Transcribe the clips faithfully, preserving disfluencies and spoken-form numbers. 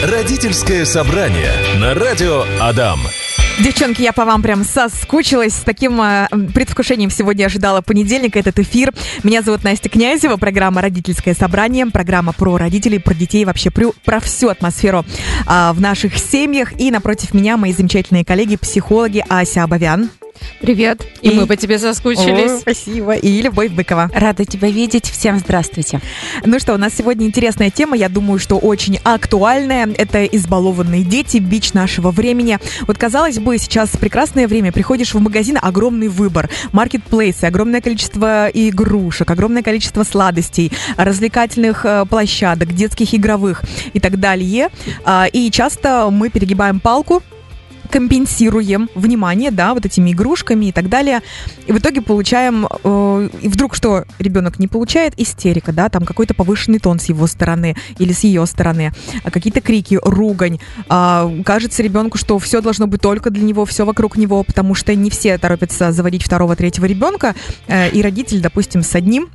Родительское собрание на радио Адам. Девчонки, я по вам прям соскучилась. С таким э, предвкушением сегодня ожидала понедельника, этот эфир. Меня зовут Настя Князева, программа «Родительское собрание», программа про родителей, про детей, вообще про, про всю атмосферу э, в наших семьях. И напротив меня мои замечательные коллеги, психологи Ася Абовян. Привет. И, и мы по тебе соскучились. О, спасибо. И Любовь Быкова. Рада тебя видеть. Всем здравствуйте. Ну что, у нас сегодня интересная тема, я думаю, что очень актуальная. Это избалованные дети, бич нашего времени. Вот, казалось бы, сейчас прекрасное время. Приходишь в магазин, огромный выбор. Маркетплейсы, огромное количество игрушек, огромное количество сладостей, развлекательных площадок, детских, игровых и так далее. И часто мы перегибаем палку, компенсируем внимание, да, вот этими игрушками и так далее. И в итоге получаем, э, и вдруг что ребенок не получает? Истерика, да, там какой-то повышенный тон с его стороны или с ее стороны, какие-то крики, ругань. Э, кажется ребенку, что все должно быть только для него, все вокруг него, потому что не все торопятся заводить второго, третьего ребенка, э, и родители, допустим, с одним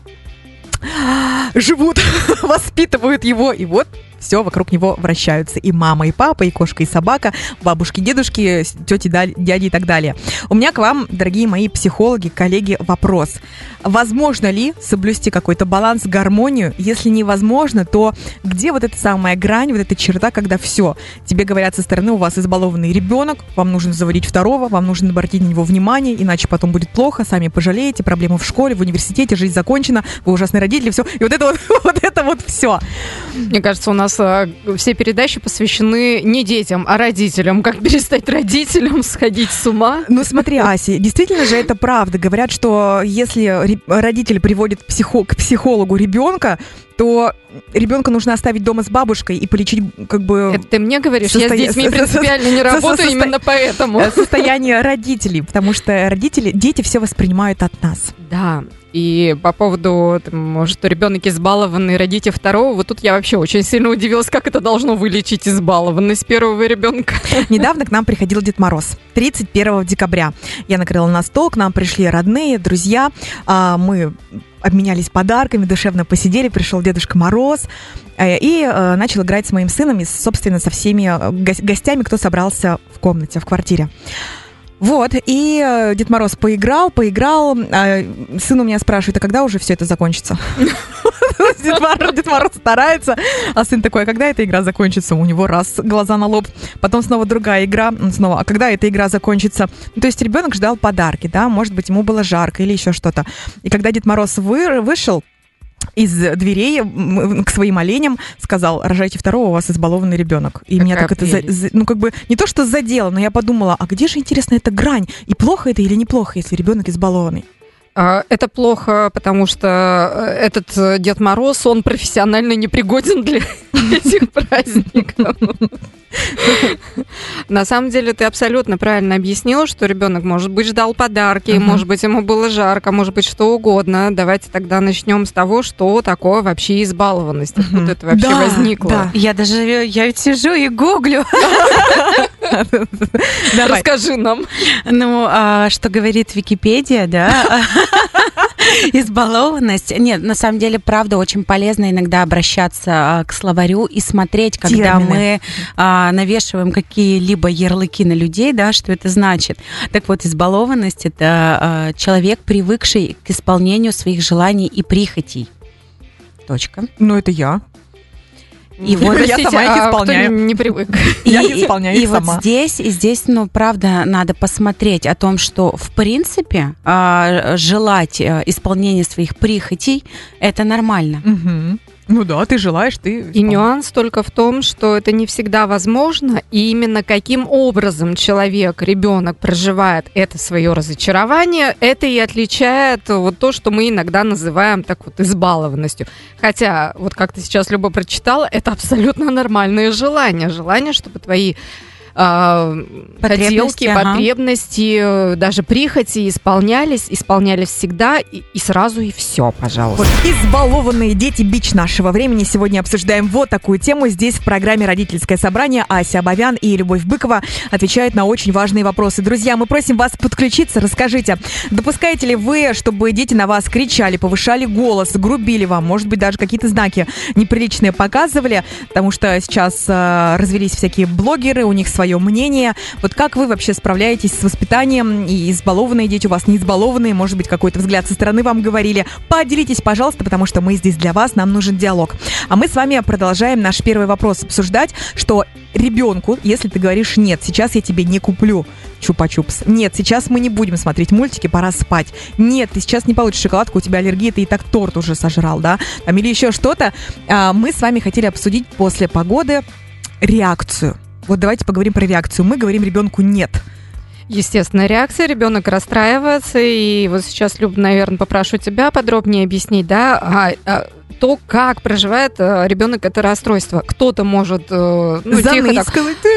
живут, воспитывают его, и вот все вокруг него вращаются. И мама, и папа, и кошка, и собака, бабушки, дедушки, тети, дяди и так далее. У меня к вам, дорогие мои психологи, коллеги, вопрос. Возможно ли соблюсти какой-то баланс, гармонию? Если невозможно, то где вот эта самая грань, вот эта черта, когда все, тебе говорят со стороны, у вас избалованный ребенок, вам нужно заводить второго, вам нужно обратить на него внимание, иначе потом будет плохо, сами пожалеете, проблемы в школе, в университете, жизнь закончена, вы ужасные родители, все. И вот это вот, вот это вот все. Мне кажется, у нас все передачи посвящены не детям, а родителям. Как перестать родителям сходить с ума? Ну смотри, Ася, действительно же это правда. Говорят, что если родители приводят психо- к психологу ребенка, то ребенка нужно оставить дома с бабушкой и полечить, как бы... Это ты мне говоришь? Состоя... Я с детьми принципиально не работаю, Состо... именно поэтому. Состояние родителей, потому что родители, дети все воспринимают от нас. Да. И по поводу, может, ребенок избалованный, родите второго, вот тут я вообще очень сильно удивилась, как это должно вылечить избалованность первого ребенка. Недавно к нам приходил Дед Мороз, тридцать первого декабря. Я накрыла на стол, к нам пришли родные, друзья, мы обменялись подарками, душевно посидели, пришел Дедушка Мороз и начал играть с моим сыном и, собственно, со всеми гостями, кто собрался в комнате, в квартире. Вот, и э, Дед Мороз поиграл, поиграл, а сын у меня спрашивает, а когда уже все это закончится? Дед Мороз старается, а сын такой, а когда эта игра закончится? У него раз, глаза на лоб, потом снова другая игра, снова, а когда эта игра закончится? То есть ребенок ждал подарки, да, может быть, ему было жарко или еще что-то. И когда Дед Мороз вышел из дверей к своим оленям, сказал, рожайте второго, у вас избалованный ребенок. И Какая меня так прелесть. это, за, ну как бы, не то что задело, но я подумала, а где же, интересно, эта грань? И плохо это или неплохо, если ребенок избалованный? Это плохо, потому что этот Дед Мороз, он профессионально непригоден для этих праздников. На самом деле ты абсолютно правильно объяснила, что ребенок, может быть, ждал подарки, uh-huh. может быть, ему было жарко, может быть, что угодно. Давайте тогда начнем с того, что такое вообще избалованность. Откуда uh-huh. это вообще да, возникло? Да. Я даже, я ведь сижу и гуглю. Расскажи нам. Ну, что говорит Википедия, да? Избалованность. Нет, на самом деле, правда, очень полезно иногда обращаться к словарю и смотреть, когда Термины. мы а, навешиваем какие-либо ярлыки на людей, да, что это значит. Так вот, избалованность — это а, человек, привыкший к исполнению своих желаний и прихотей. Точка. Ну, это я. И вот я сама их исполняю. А не привык. И, я их исполняю и, и сама. вот здесь, и здесь, ну, правда, надо посмотреть о том, что, в принципе, желать исполнения своих прихотей – это нормально. Угу. Ну да, ты желаешь, ты... И нюанс только в том, что это не всегда возможно, и именно каким образом человек, ребенок проживает это свое разочарование, это и отличает вот то, что мы иногда называем так вот избалованностью. Хотя, вот как ты сейчас, Люба, прочитала, это абсолютно нормальное желание. Желание, чтобы твои э, хотелки, ага. потребности, даже прихоти исполнялись, исполнялись всегда и, и сразу и все, пожалуйста. Вот, избалованные дети — бич нашего времени. Сегодня обсуждаем вот такую тему. Здесь в программе «Родительское собрание» Ася Абовян и Любовь Быкова отвечают на очень важные вопросы. Друзья, мы просим вас подключиться. Расскажите, допускаете ли вы, чтобы дети на вас кричали, повышали голос, грубили вам, может быть, даже какие-то знаки неприличные показывали, потому что сейчас э, развелись всякие блогеры, у них свое мнение. Вот как вы вообще справляетесь с воспитанием? И избалованные дети у вас, не избалованные, может быть, какой-то взгляд со стороны вам говорили. Поделитесь, пожалуйста, потому что мы здесь для вас, нам нужен диалог. А мы с вами продолжаем наш первый вопрос обсуждать, что ребенку, если ты говоришь «нет, сейчас я тебе не куплю чупа-чупс», «нет, сейчас мы не будем смотреть мультики, пора спать», «нет, ты сейчас не получишь шоколадку, у тебя аллергия, ты и так торт уже сожрал», да, там, или еще что-то, мы с вами хотели обсудить после погоды реакцию. Вот давайте поговорим про реакцию. Мы говорим ребенку «нет». Естественно, реакция, ребенок расстраивается, и вот сейчас, Люб, наверное, попрошу тебя подробнее объяснить, да, а, а, то, как проживает а, ребенок это расстройство. Кто-то может, а, ну, тихо так,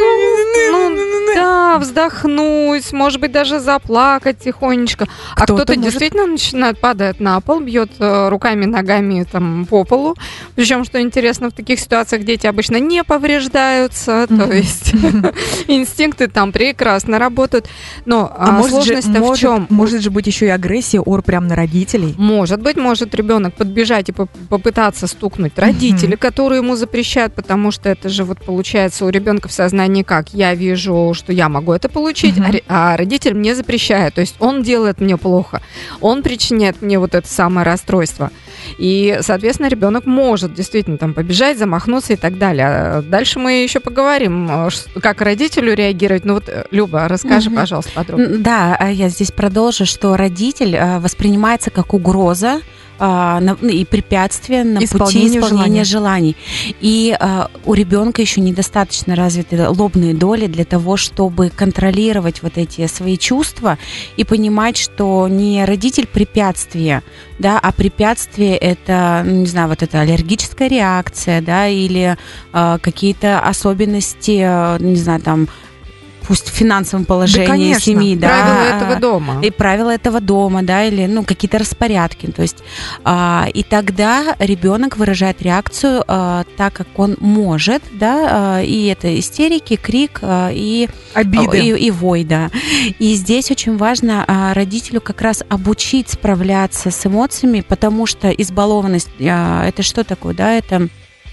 ну, да, вздохнуть, может быть, даже заплакать тихонечко, а кто-то, кто-то может... действительно начинает, падает на пол, бьет а, руками, ногами там по полу, причем, что интересно, в таких ситуациях дети обычно не повреждаются, то есть инстинкты там прекрасно работают. Но а, а может сложность-то же, в может, чем? Может же быть еще и агрессия, ор прям на родителей? Может быть, может ребенок подбежать и попытаться стукнуть родителей, mm-hmm. которые ему запрещают, потому что это же вот получается у ребенка в сознании как? Я вижу, что я могу это получить, mm-hmm. а, а родитель мне запрещает. То есть он делает мне плохо, он причиняет мне вот это самое расстройство. И, соответственно, ребенок может действительно там побежать, замахнуться и так далее. Дальше мы еще поговорим, как родителю реагировать. Ну вот, Люба, расскажи, mm-hmm. пожалуйста, подробнее. Да, я здесь продолжу, что родитель воспринимается как угроза и препятствие на пути исполнения желаний. И а, у ребенка еще недостаточно развиты лобные доли для того, чтобы контролировать вот эти свои чувства и понимать, что не родитель препятствие, да, а препятствие это, ну, не знаю, вот эта аллергическая реакция, да, или а, какие-то особенности, не знаю, там, пусть в финансовом положении да, конечно. Семьи, да, правила этого дома. И правила этого дома, да, или ну, какие-то распорядки. То есть, а, и тогда ребенок выражает реакцию а, так, как он может, да, а, и это истерики, крик а, и, обиды. И, и вой, да. И здесь очень важно а, родителю как раз обучить справляться с эмоциями, потому что избалованность, а, это что такое, да, это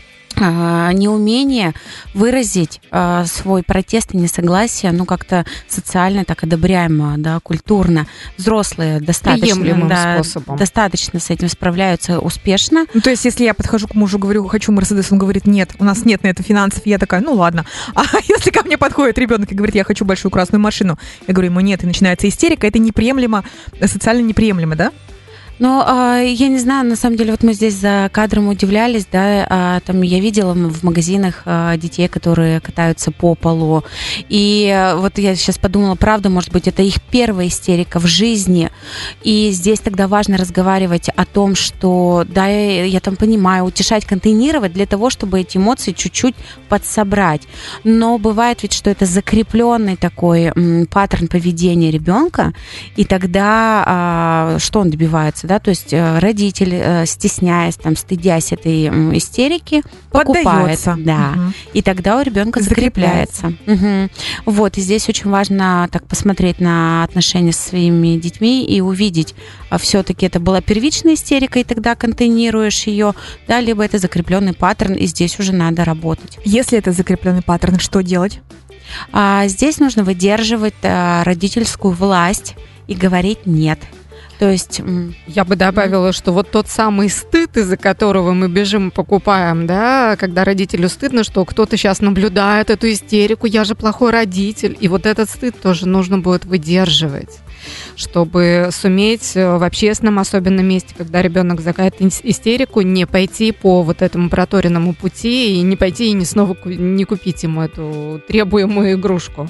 неумение выразить а, свой протест и несогласие, ну, как-то социально так одобряемо, да, культурно. Взрослые достаточно, да, достаточно с этим справляются успешно. Ну, то есть, если я подхожу к мужу, говорю, хочу Мерседес, он говорит, нет, у нас нет на это финансов, я такая, ну, ладно. А если ко мне подходит ребенок и говорит, я хочу большую красную машину, я говорю ему, нет, и начинается истерика, это неприемлемо, социально неприемлемо, да? Ну, я не знаю, на самом деле, вот мы здесь за кадром удивлялись, да, там я видела в магазинах детей, которые катаются по полу, и вот я сейчас подумала, правда, может быть, это их первая истерика в жизни, и здесь тогда важно разговаривать о том, что, да, я там понимаю, утешать, контейнировать для того, чтобы эти эмоции чуть-чуть подсобрать, но бывает ведь, что это закрепленный такой м, паттерн поведения ребенка, и тогда что он добивается? Да, то есть родитель, стесняясь, там, стыдясь этой истерики, покупает, да, угу. И тогда у ребенка закрепляется. закрепляется. Угу. Вот, и здесь очень важно так посмотреть на отношения со своими детьми и увидеть, все-таки это была первичная истерика, и тогда контейнируешь ее, да, либо это закрепленный паттерн, и здесь уже надо работать. Если это закрепленный паттерн, что делать? А, здесь нужно выдерживать а, родительскую власть и говорить «нет». То есть я бы добавила, что вот тот самый стыд, из-за которого мы бежим и покупаем, да, когда родителю стыдно, что кто-то сейчас наблюдает эту истерику, я же плохой родитель, и вот этот стыд тоже нужно будет выдерживать, чтобы суметь в общественном особенном месте, когда ребенок закатит истерику, не пойти по вот этому проторенному пути и не пойти и не снова не купить ему эту требуемую игрушку. В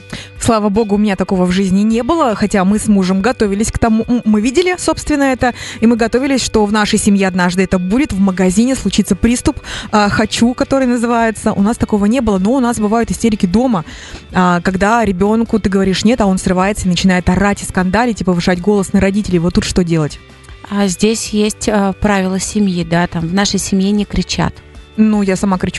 Слава богу, у меня такого в жизни не было, хотя мы с мужем готовились к тому, мы видели, собственно, это, и мы готовились, что в нашей семье однажды это будет, в магазине случится приступ э, «хочу», который называется. У нас такого не было, но у нас бывают истерики дома, э, когда ребенку ты говоришь «нет», а он срывается и начинает орать и скандалить, и повышать голос на родителей. Вот тут что делать? А здесь есть э, правила семьи, да, там в нашей семье не кричат. Ну, я сама кричу.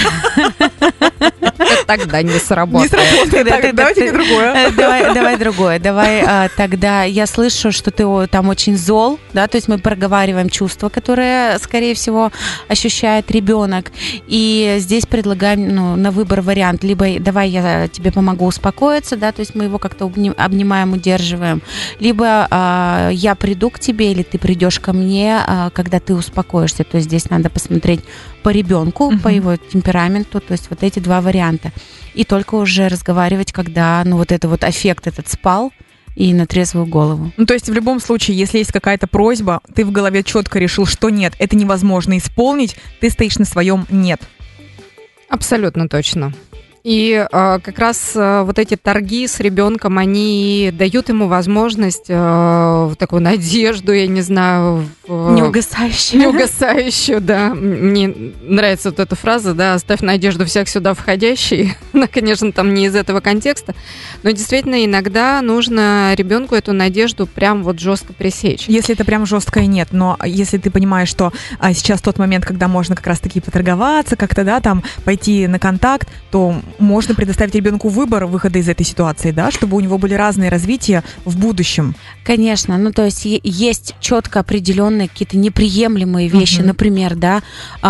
Тогда не сработает. Не сработает. Давайте не другое. Давай, давай другое. Давай а, тогда я слышу, что ты о, там очень зол, да, то есть мы проговариваем чувства, которые, скорее всего, ощущает ребенок. И здесь предлагаем, ну, на выбор вариант. Либо давай я тебе помогу успокоиться, да, то есть мы его как-то обнимаем, удерживаем. Либо а, я приду к тебе, или ты придешь ко мне, а, когда ты успокоишься. То есть здесь надо посмотреть по ребенку, uh-huh. по его темпераменту, то есть вот эти два варианта. И только уже разговаривать, когда, ну, вот это вот аффект этот спал, и на трезвую голову. Ну, то есть в любом случае, если есть какая-то просьба, ты в голове четко решил, что нет, это невозможно исполнить, ты стоишь на своем «нет». Абсолютно точно. И э, как раз э, вот эти торги с ребенком, они дают ему возможность, э, такую надежду, я не знаю... В, неугасающую. Неугасающую, да. Мне нравится вот эта фраза, да, «оставь надежду всех сюда входящий». Она, конечно, там не из этого контекста, но действительно иногда нужно ребенку эту надежду прям вот жестко пресечь. Если это прям жестко и нет, но если ты понимаешь, что а, сейчас тот момент, когда можно как раз-таки поторговаться, как-то, да, там, пойти на контакт, то можно предоставить ребенку выбор выхода из этой ситуации, да, чтобы у него были разные развития в будущем. Конечно, ну то есть есть четко определенные какие-то неприемлемые вещи, uh-huh. например, да,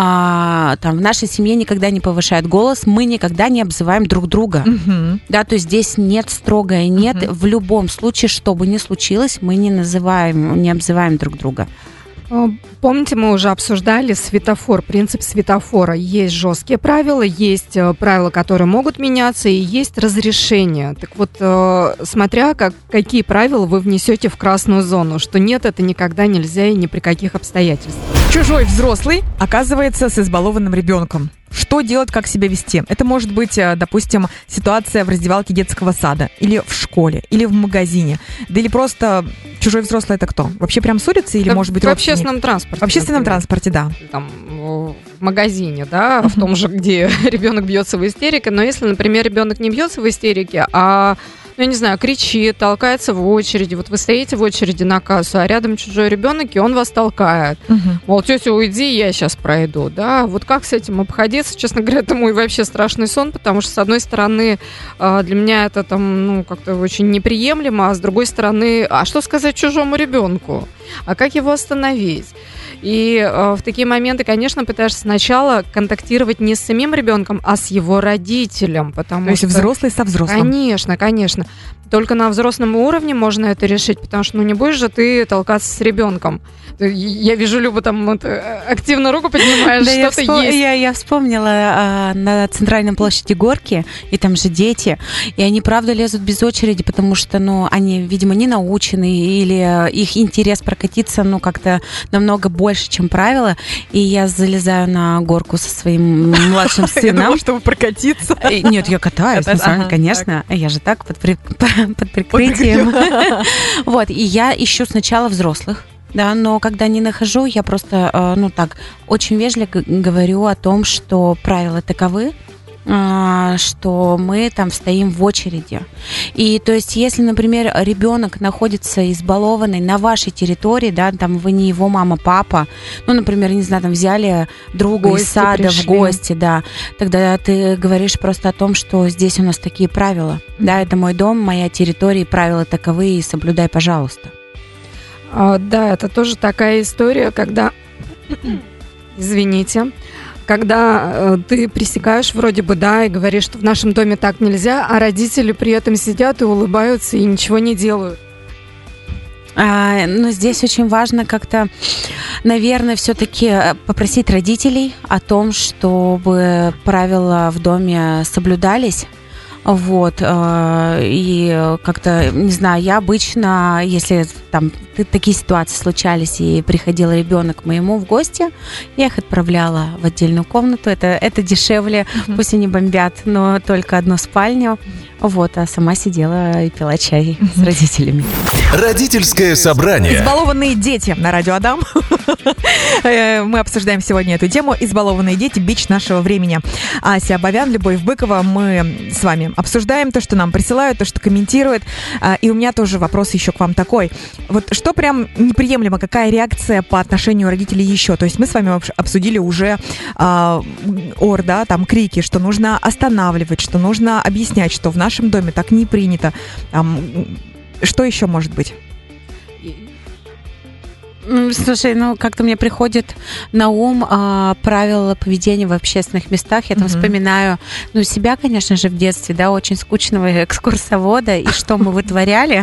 а, там в нашей семье никогда не повышают голос, мы никогда не обзываем друг друга, uh-huh. да, то есть здесь нет строгое нет, uh-huh. в любом случае, что бы ни случилось, мы не называем, не обзываем друг друга. Помните, мы уже обсуждали светофор, принцип светофора. Есть жесткие правила, есть правила, которые могут меняться, и есть разрешения. Так вот, смотря как, какие правила вы внесете в красную зону, что нет, это никогда нельзя и ни при каких обстоятельствах. Чужой взрослый оказывается с избалованным ребенком. Что делать, как себя вести? Это может быть, допустим, ситуация в раздевалке детского сада, или в школе, или в магазине. Да или просто чужой взрослый это кто? Вообще прям ссорится или, да, может быть, в родственник? общественном транспорте. В общественном например. транспорте, да. Там, в магазине, да, uh-huh. в том же, где ребенок бьется в истерике. Но если, например, ребенок не бьется в истерике, а... ну, я не знаю, кричит, толкается в очереди. Вот вы стоите в очереди на кассу, а рядом чужой ребенок, и он вас толкает. Угу. Мол, тетя, уйди, я сейчас пройду. Да? Вот как с этим обходиться? Честно говоря, это мой вообще страшный сон, потому что, с одной стороны, для меня это там, ну, как-то очень неприемлемо, а с другой стороны, а что сказать чужому ребенку? А как его остановить? И э, в такие моменты, конечно, пытаешься сначала контактировать не с самим ребенком, а с его родителем. Потому То есть что... взрослый со взрослым. Конечно, конечно. Только на взрослом уровне можно это решить, потому что ну не будешь же ты толкаться с ребенком. Я вижу, Люба, там вот, активно руку поднимаешь, да, что-то я вспом... есть. Я, я вспомнила а, на центральной площади Горки, и там же дети, и они, правда, лезут без очереди, потому что, ну, они, видимо, не научены, или их интерес прокатиться, ну, как-то намного больше, чем правило, и я залезаю на горку со своим младшим сыном. Я думала, чтобы прокатиться. Нет, я катаюсь, конечно, я же так, под прикрытием. Вот, и я ищу сначала взрослых. Да, но когда не нахожу, я просто, ну так, очень вежливо говорю о том, что правила таковы, что мы там стоим в очереди. И то есть, если, например, ребенок находится избалованный на вашей территории, да, там вы не его мама, папа, ну, например, не знаю, там взяли друга из сада пришли. в гости, да, тогда ты говоришь просто о том, что здесь у нас такие правила, mm-hmm. да, это мой дом, моя территория, правила таковы, и соблюдай, пожалуйста. А, да, это тоже такая история, когда, извините, когда э, ты пресекаешь вроде бы, да, и говоришь, что в нашем доме так нельзя, а родители при этом сидят и улыбаются и ничего не делают. А, но здесь очень важно как-то, наверное, все-таки попросить родителей о том, чтобы правила в доме соблюдались. Вот, и как-то, не знаю, я обычно, если там такие ситуации случались, и приходил ребенок к моему в гости, я их отправляла в отдельную комнату, это, это дешевле, uh-huh. пусть они бомбят, но только одну спальню, Вот, а сама сидела и пила чай с родителями. Родительское собрание. Избалованные дети на радио Адам. Мы обсуждаем сегодня эту тему. Избалованные дети – бич нашего времени. Ася Абовян, Любовь Быкова. Мы с вами обсуждаем то, что нам присылают, то, что комментируют. И у меня тоже вопрос еще к вам такой. Вот что прям неприемлемо, какая реакция по отношению родителей еще? То есть мы с вами обсудили уже э, ор, да, там крики, что нужно останавливать, что нужно объяснять, что в нашем доме так не принято. Там, что еще может быть? Слушай, ну как-то мне приходит на ум а, правила поведения в общественных местах. Я там mm-hmm. вспоминаю, ну, себя, конечно же, в детстве, да, очень скучного экскурсовода, и что мы вытворяли,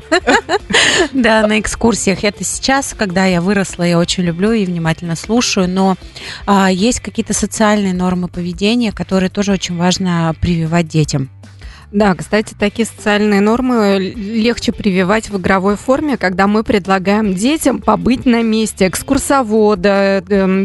да, на экскурсиях. Это сейчас, когда я выросла, я очень люблю и внимательно слушаю, но есть какие-то социальные нормы поведения, которые тоже очень важно прививать детям. Да, кстати, такие социальные нормы легче прививать в игровой форме, когда мы предлагаем детям побыть на месте экскурсовода,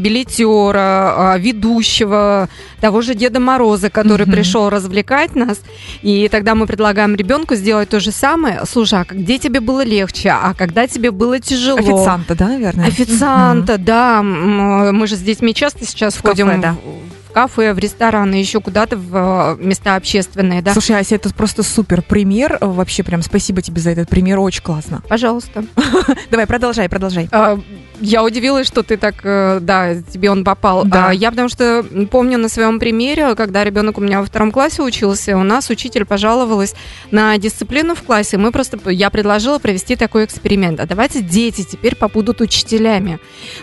билетера, ведущего, того же Деда Мороза, который mm-hmm. пришел развлекать нас. И тогда мы предлагаем ребенку сделать то же самое. Слушай, а где тебе было легче, а когда тебе было тяжело? Официанта, да, наверное? Официанта, mm-hmm. да. Мы же с детьми часто сейчас в ходим кафе, да. в кафе, в рестораны, еще куда-то в места общественные, да. Слушай, Ася, это просто супер пример. Вообще прям спасибо тебе за этот пример, очень классно. Пожалуйста. Давай, продолжай, продолжай. Я удивилась, что ты так, да, тебе он попал. Да. Я потому что помню на своем примере, когда ребенок у меня во втором классе учился, у нас учитель пожаловалась на дисциплину в классе. Мы просто, я предложила провести такой эксперимент. А давайте дети теперь побудут учителями.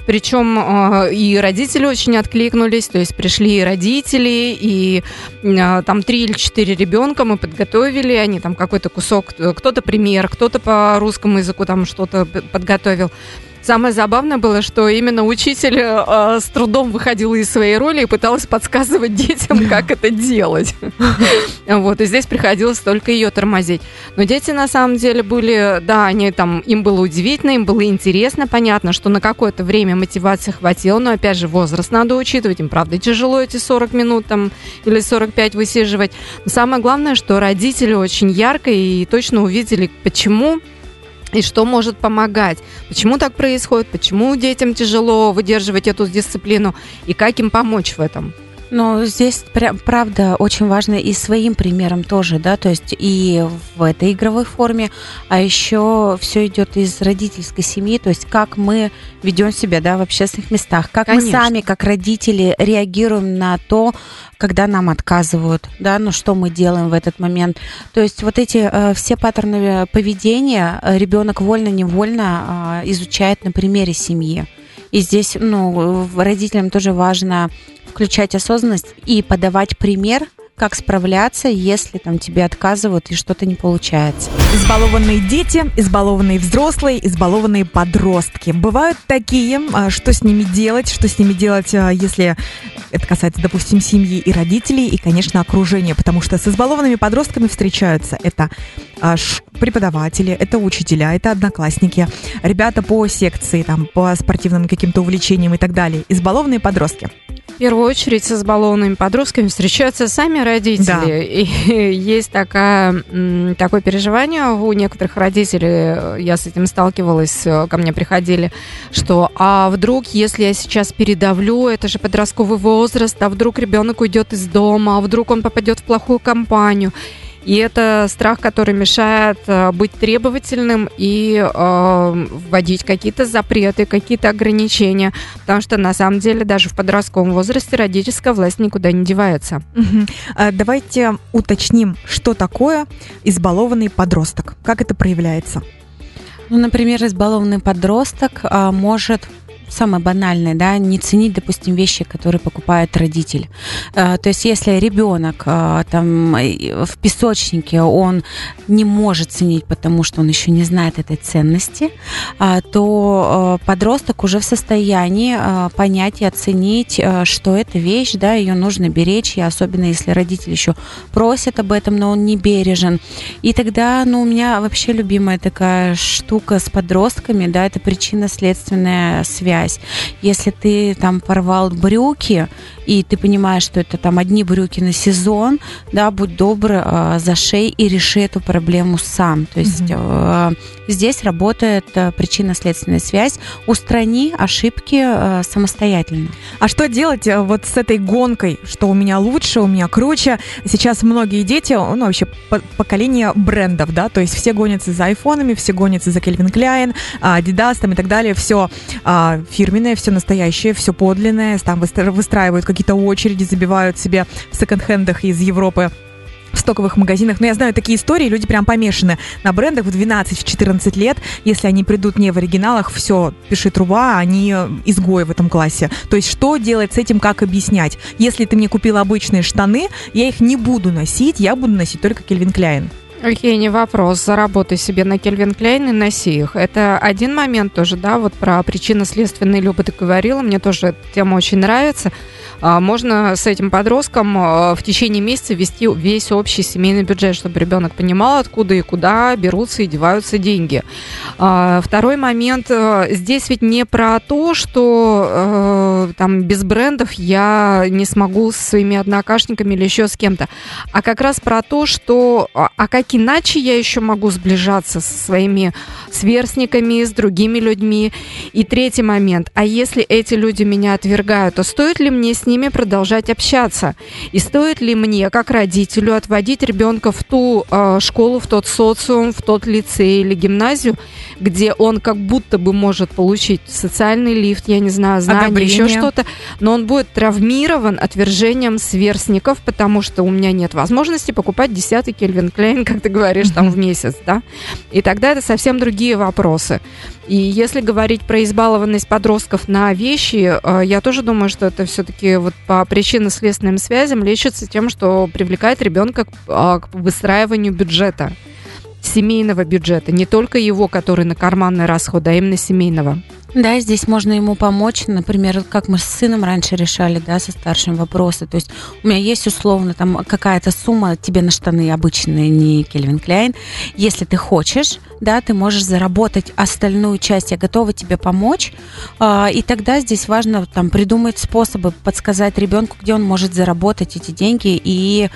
Причем и родители очень откликнулись, то есть пришли и родители, и там три или четыре ребенка мы подготовили, они там какой-то кусок, кто-то пример, кто-то по русскому языку там что-то подготовил. Самое забавное было, что именно учитель э, с трудом выходила из своей роли и пыталась подсказывать детям, как это делать. Вот, и здесь приходилось только ее тормозить. Но дети, на самом деле, были, да, они там, им было удивительно, им было интересно, понятно, что на какое-то время мотивации хватило, но, опять же, возраст надо учитывать, им, правда, тяжело эти сорок минут там или сорок пять высиживать. Но самое главное, что родители очень ярко и точно увидели, почему и что может помогать, почему так происходит, почему детям тяжело выдерживать эту дисциплину и как им помочь в этом. Ну, здесь, правда, очень важно и своим примером тоже, да, то есть и в этой игровой форме, а еще все идет из родительской семьи, то есть как мы ведем себя, да, в общественных местах, как Конечно. Мы сами, как родители, реагируем на то, когда нам отказывают, да, ну что мы делаем в этот момент. То есть вот эти э, все паттерны поведения ребенок вольно-невольно э, изучает на примере семьи. И здесь, ну, родителям тоже важно включать осознанность и подавать пример, как справляться, если там тебе отказывают и что-то не получается. Избалованные дети, избалованные взрослые, избалованные подростки. Бывают такие, что с ними делать, что с ними делать, если это касается, допустим, семьи и родителей, и, конечно, окружения, потому что с избалованными подростками встречаются это преподаватели, это учителя, это одноклассники, ребята по секции, там, по спортивным каким-то увлечениям и так далее. Избалованные подростки. В первую очередь с избалованными подростками встречаются сами родители. Да. И есть такая, такое переживание у некоторых родителей, я с этим сталкивалась, ко мне приходили, что а вдруг, если я сейчас передавлю, это же подростковый возраст, а вдруг ребенок уйдет из дома, а вдруг он попадет в плохую компанию. И это страх, который мешает э, быть требовательным и э, вводить какие-то запреты, какие-то ограничения. Потому что, на самом деле, даже в подростковом возрасте родительская власть никуда не девается. Угу. А давайте уточним, что такое избалованный подросток. Как это проявляется? Ну, например, избалованный подросток а, может... Самое банальное, да, не ценить, допустим, вещи, которые покупает родитель. То есть, если ребенок там в песочнике, он не может ценить, потому что он еще не знает этой ценности, то подросток уже в состоянии понять и оценить, что эта вещь, да, ее нужно беречь, и особенно если родитель еще просит об этом, но он не бережен. И тогда, ну, у меня вообще любимая такая штука с подростками, да, это причинно-следственная связь. связь. Если ты там порвал брюки, и ты понимаешь, что это там одни брюки на сезон, да, будь добр, э, зашей и реши эту проблему сам. То есть mm-hmm. э, здесь работает э, причинно-следственная связь. Устрани ошибки э, самостоятельно. А что делать э, вот с этой гонкой, что у меня лучше, у меня круче? Сейчас многие дети, ну, вообще по- поколение брендов, да, то есть все гонятся за айфонами, все гонятся за Calvin Klein, Adidas там и так далее, все э, фирменное, все настоящее, все подлинное, там выстраивают какие-то какие-то очереди, забивают себе в секонд-хендах из Европы, в стоковых магазинах. Но я знаю такие истории, люди прям помешаны на брендах в двенадцать-четырнадцать лет. Если они придут не в оригиналах, все, пиши труба, они изгои в этом классе. То есть что делать с этим, как объяснять? Если ты мне купил обычные штаны, я их не буду носить, я буду носить только Calvin Klein. Окей, не вопрос. Заработай себе на Calvin Klein и носи их. Это один момент тоже, да, вот про причинно-следственные, Люба, ты говорила, мне тоже эта тема очень нравится. Можно с этим подростком в течение месяца вести весь общий семейный бюджет, чтобы ребенок понимал, откуда и куда берутся и деваются деньги. Второй момент. Здесь ведь не про то, что там без брендов я не смогу со своими однокашниками или еще с кем-то, а как раз про то, что а как иначе я еще могу сближаться со своими сверстниками, с другими людьми. И третий момент. А если эти люди меня отвергают, то стоит ли мне с ними продолжать общаться? И стоит ли мне, как родителю, отводить ребенка в ту э, школу, в тот социум, в тот лицей или гимназию, где он как будто бы может получить социальный лифт, я не знаю, знания, еще что-то, но он будет травмирован отвержением сверстников, потому что у меня нет возможности покупать десятый Calvin Klein, как ты говоришь, там в месяц, да? И тогда это совсем другие вопросы. И если говорить про избалованность подростков на вещи, э, я тоже думаю, что это все-таки вот по причинно-следственным связям лечится тем, что привлекает ребенка к, э, к выстраиванию бюджета, семейного бюджета, не только его, который на карманные расходы, а именно семейного. Да, здесь можно ему помочь, например, как мы с сыном раньше решали, да, со старшим вопросы. То есть у меня есть условно там какая-то сумма тебе на штаны обычные, не Calvin Klein. Если ты хочешь, да, ты можешь заработать остальную часть, я готова тебе помочь. И тогда здесь важно там придумать способы, подсказать ребенку, где он может заработать эти деньги и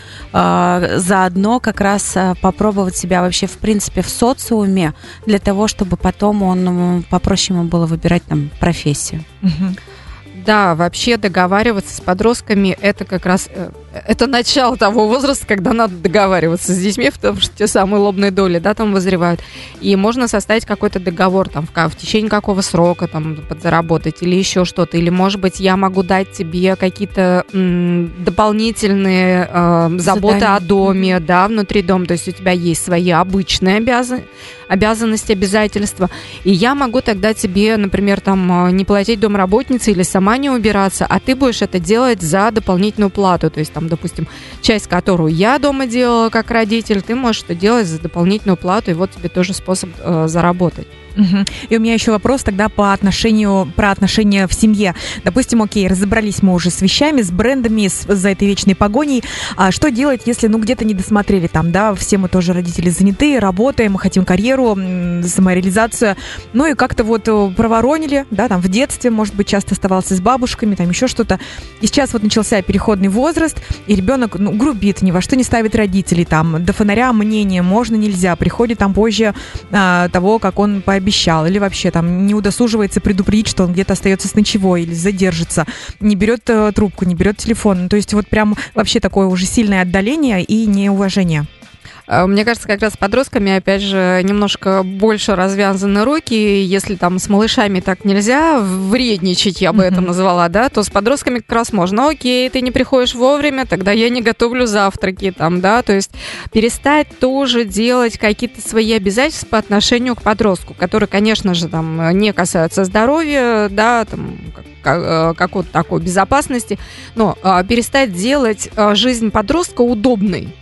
заодно как раз попробовать себя вообще в принципе в социуме для того, чтобы потом он попроще ему было выбирать там профессию. Угу. Да, вообще договариваться с подростками – это как раз это начало того возраста, когда надо договариваться с детьми, потому что те самые лобные доли, да, там вызревают. И можно составить какой-то договор там в, в течение какого срока там подзаработать или еще что-то. Или, может быть, я могу дать тебе какие-то м, дополнительные э, заботы Задание. о доме, да, внутри дома. То есть у тебя есть свои обычные обязанности, обязанности, обязательства. И я могу тогда тебе, например, там не платить домработнице или сама не убираться, а ты будешь это делать за дополнительную плату. То есть там, допустим, часть, которую я дома делала как родитель, ты можешь это делать за дополнительную плату, и вот тебе тоже способ э, заработать. Угу. И у меня еще вопрос тогда по отношению, про отношения в семье. Допустим, окей, разобрались мы уже с вещами, с брендами, с, за этой вечной погоней. А что делать, если, ну, где-то не досмотрели там, да, все мы тоже родители заняты, работаем, хотим карьеру, самореализацию, ну и как-то вот проворонили, да, там в детстве, может быть, часто оставался с бабушками, там еще что-то. И сейчас вот начался переходный возраст, и ребенок, ну, грубит, ни во что не ставит родителей, там, до фонаря мнение, можно, нельзя, приходит там позже а, того, как он пообещал, обещал, или вообще там не удосуживается предупредить, что он где-то остается с ночевой или задержится, не берет э, трубку, не берет телефон. То есть вот прям вообще такое уже сильное отдаление и неуважение. Мне кажется, как раз с подростками, опять же, немножко больше развязаны руки. Если там с малышами так нельзя вредничать, я бы mm-hmm. это назвала, да, то с подростками как раз можно. Окей, ты не приходишь вовремя, тогда я не готовлю завтраки, там, да, то есть перестать тоже делать какие-то свои обязательства по отношению к подростку, которые, конечно же, там не касаются здоровья, да, там, какой-то такой безопасности, но перестать делать жизнь подростка удобной.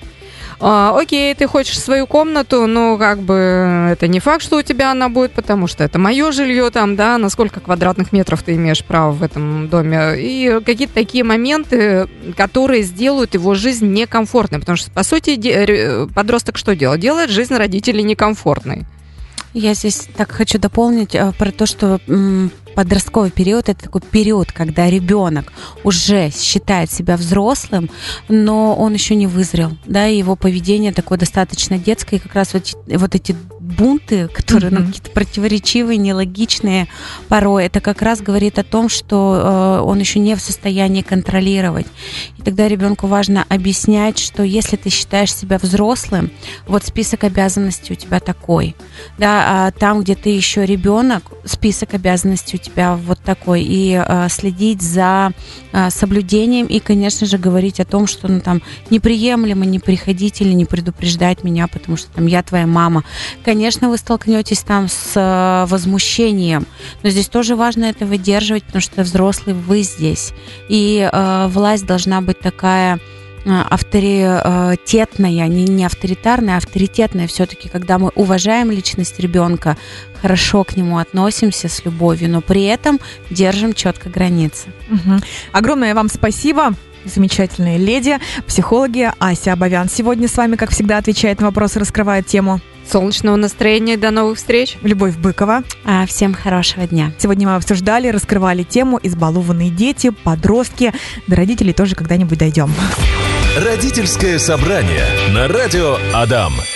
А, окей, ты хочешь свою комнату, но как бы это не факт, что у тебя она будет, потому что это мое жилье там, да, на сколько квадратных метров ты имеешь право в этом доме. И какие-то такие моменты, которые сделают его жизнь некомфортной, потому что, по сути, подросток что делает? Делает жизнь родителей некомфортной. Я здесь так хочу дополнить э, про то, что м, подростковый период – это такой период, когда ребенок уже считает себя взрослым, но он еще не вызрел, да, и его поведение такое достаточно детское, и как раз вот, вот эти бунты, которые mm-hmm. ну, какие-то противоречивые, нелогичные порой, это как раз говорит о том, что э, он еще не в состоянии контролировать. И тогда ребенку важно объяснять, что если ты считаешь себя взрослым, вот список обязанностей у тебя такой, да, а там, где ты еще ребенок, список обязанностей у тебя вот такой, и э, следить за э, соблюдением, и, конечно же, говорить о том, что ну, там неприемлемо не приходить или не предупреждать меня, потому что там я твоя мама. Конечно, вы столкнетесь там с э, возмущением, но здесь тоже важно это выдерживать, потому что взрослый вы здесь, и э, власть должна быть такая авторитетная, не, не авторитарная, а авторитетная все-таки, когда мы уважаем личность ребенка, хорошо к нему относимся с любовью, но при этом держим четко границы. Угу. Огромное вам спасибо. Замечательные леди, психологи. Ася Абовян сегодня с вами, как всегда, отвечает на вопросы, раскрывает тему. Солнечного настроения, до новых встреч. Любовь Быкова. А, всем хорошего дня. Сегодня мы обсуждали, раскрывали тему избалованные дети, подростки. До родителей тоже когда-нибудь дойдем. Родительское собрание на радио Адам.